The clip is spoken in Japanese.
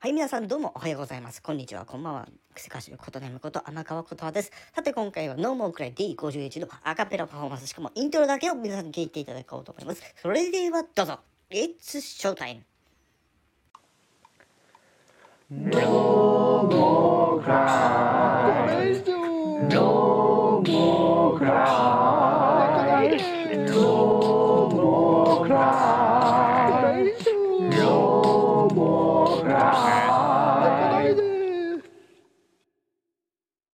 はい、皆さんどうもおはようございます。こんにちは、こんばんは。クセ歌手ことねむこと穴川ことはです。さて今回はノーモンクライ D51 のアカペラパフォーマンス、しかもイントロだけを皆さんに聞いていただこうと思います。それではどうぞ。It's showtime!